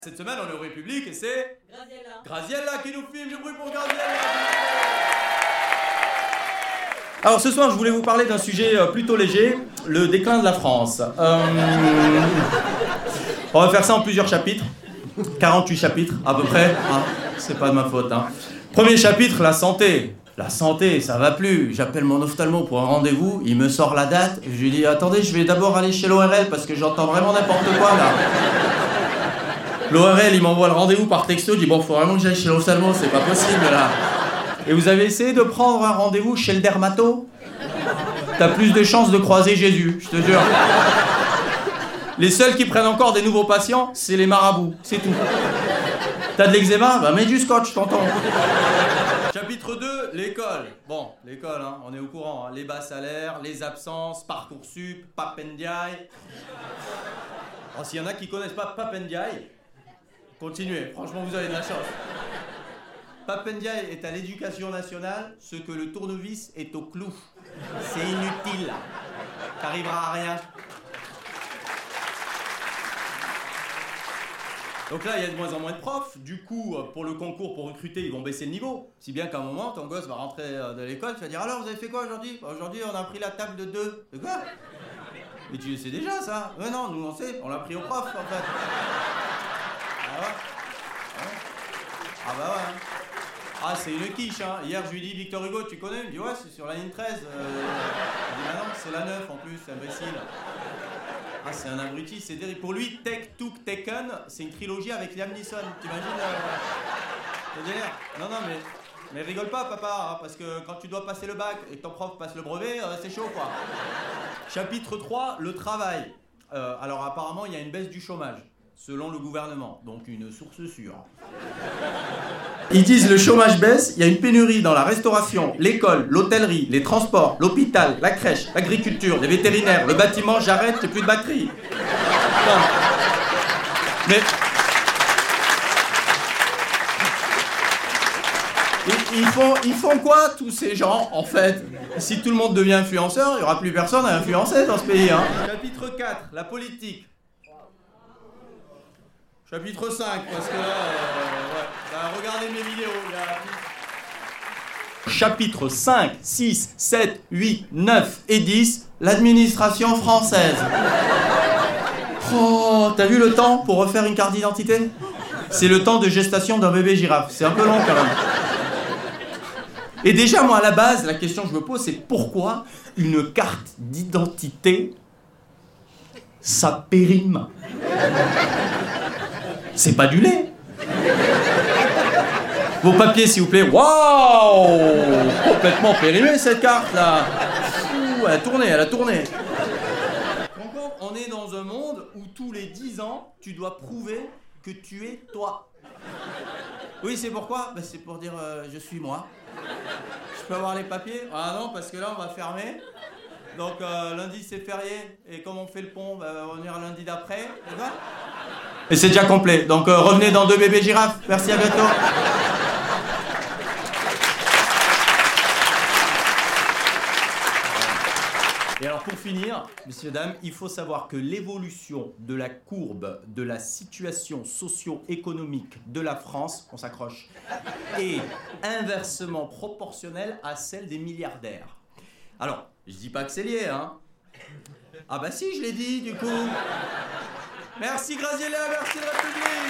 Cette semaine, on est au République et c'est... Graziella qui nous filme, du bruit pour Graziella. Alors ce soir, je voulais vous parler d'un sujet plutôt léger, le déclin de la France. On va faire ça en plusieurs chapitres, 48 chapitres à peu près, hein. C'est pas de ma faute. Hein. Premier chapitre, la santé. La santé, ça va plus. J'appelle mon ophtalmo pour un rendez-vous, il me sort la date, je lui dis attendez, je vais d'abord aller chez l'ORL parce que j'entends vraiment n'importe quoi là. L'ORL, il m'envoie le rendez-vous par texto, il dit bon, faut vraiment que j'aille chez l'ophtalmo, c'est pas possible là. Et vous avez essayé de prendre un rendez-vous chez le dermato? T'as plus de chances de croiser Jésus, je te jure. Les seuls qui prennent encore des nouveaux patients, c'est les marabouts, c'est tout. T'as de l'eczéma? Bah mets du scotch, t'entends. Chapitre 2, l'école. Bon, l'école, hein, on est au courant, hein. Les bas salaires, les absences, Parcoursup, Papendiaï. Alors s'il y en a qui connaissent pas Papendiaï, continuez, franchement vous avez de la chance. Papendiaï est à l'éducation nationale ce que le tournevis est au clou. C'est inutile. T'arriveras à rien. Donc là, il y a de moins en moins de profs. Du coup, pour le concours, pour recruter, ils vont baisser le niveau. Si bien qu'à un moment, ton gosse va rentrer de l'école, tu vas dire « Alors, vous avez fait quoi aujourd'hui ?»« Aujourd'hui, on a pris la table de 2. » « De quoi ?»« Mais tu sais déjà ça ?»« Ouais, non, nous on sait, on l'a pris au prof, en fait. » Ah ouais. Ah bah ouais. Ah, c'est une quiche, hein. Hier, je lui dis « Victor Hugo, tu connais ?» Il me dit « Ouais, c'est sur la ligne 13. » Je dis « Ah non, c'est la 9 en plus, c'est imbécile. » Ah, c'est un abruti, c'est terrible. Pour lui, Tech, Took, Taken, c'est une trilogie avec Liam Neeson. T'imagines le délire? Non, mais rigole pas, papa, hein, parce que quand tu dois passer le bac et que ton prof passe le brevet, c'est chaud, quoi. Chapitre 3, le travail. Alors, apparemment, il y a une baisse du chômage, selon le gouvernement. Donc, une source sûre. Ils disent le chômage baisse, il y a une pénurie dans la restauration, l'école, l'hôtellerie, les transports, l'hôpital, la crèche, l'agriculture, les vétérinaires, le bâtiment, j'arrête, j'ai plus de batterie. Non. Mais... Ils font quoi tous ces gens en fait? Si tout le monde devient influenceur, il n'y aura plus personne à influencer dans ce pays. Hein. Chapitre 4, la politique. Chapitre 5, parce que là, ouais. Bah, regardez mes vidéos. Chapitre 5, 6, 7, 8, 9 et 10, l'administration française. Oh, t'as vu le temps pour refaire une carte d'identité? C'est le temps de gestation d'un bébé girafe. C'est un peu long quand même. Et déjà, moi, à la base, la question que je me pose, c'est pourquoi une carte d'identité, ça périme? C'est pas du lait. Vos papiers, s'il vous plaît. Waouh! Complètement périmé, cette carte-là. Elle a tourné. Donc, on est dans un monde où tous les 10 ans, tu dois prouver que tu es toi. Oui, c'est pourquoi? Ben, c'est pour dire je suis moi. Je peux avoir les papiers? Ah non, parce que là, on va fermer. Donc, lundi, c'est férié. Et comme on fait le pont, ben, on va revenir lundi d'après. Et c'est déjà complet. Donc, revenez dans 2 bébés girafes. Merci, à bientôt. Et alors pour finir, messieurs, dames, il faut savoir que l'évolution de la courbe de la situation socio-économique de la France, on s'accroche, est inversement proportionnelle à celle des milliardaires. Alors, je dis pas que c'est lié, hein. Ah bah si, je l'ai dit, du coup. Merci Graziella, merci la République.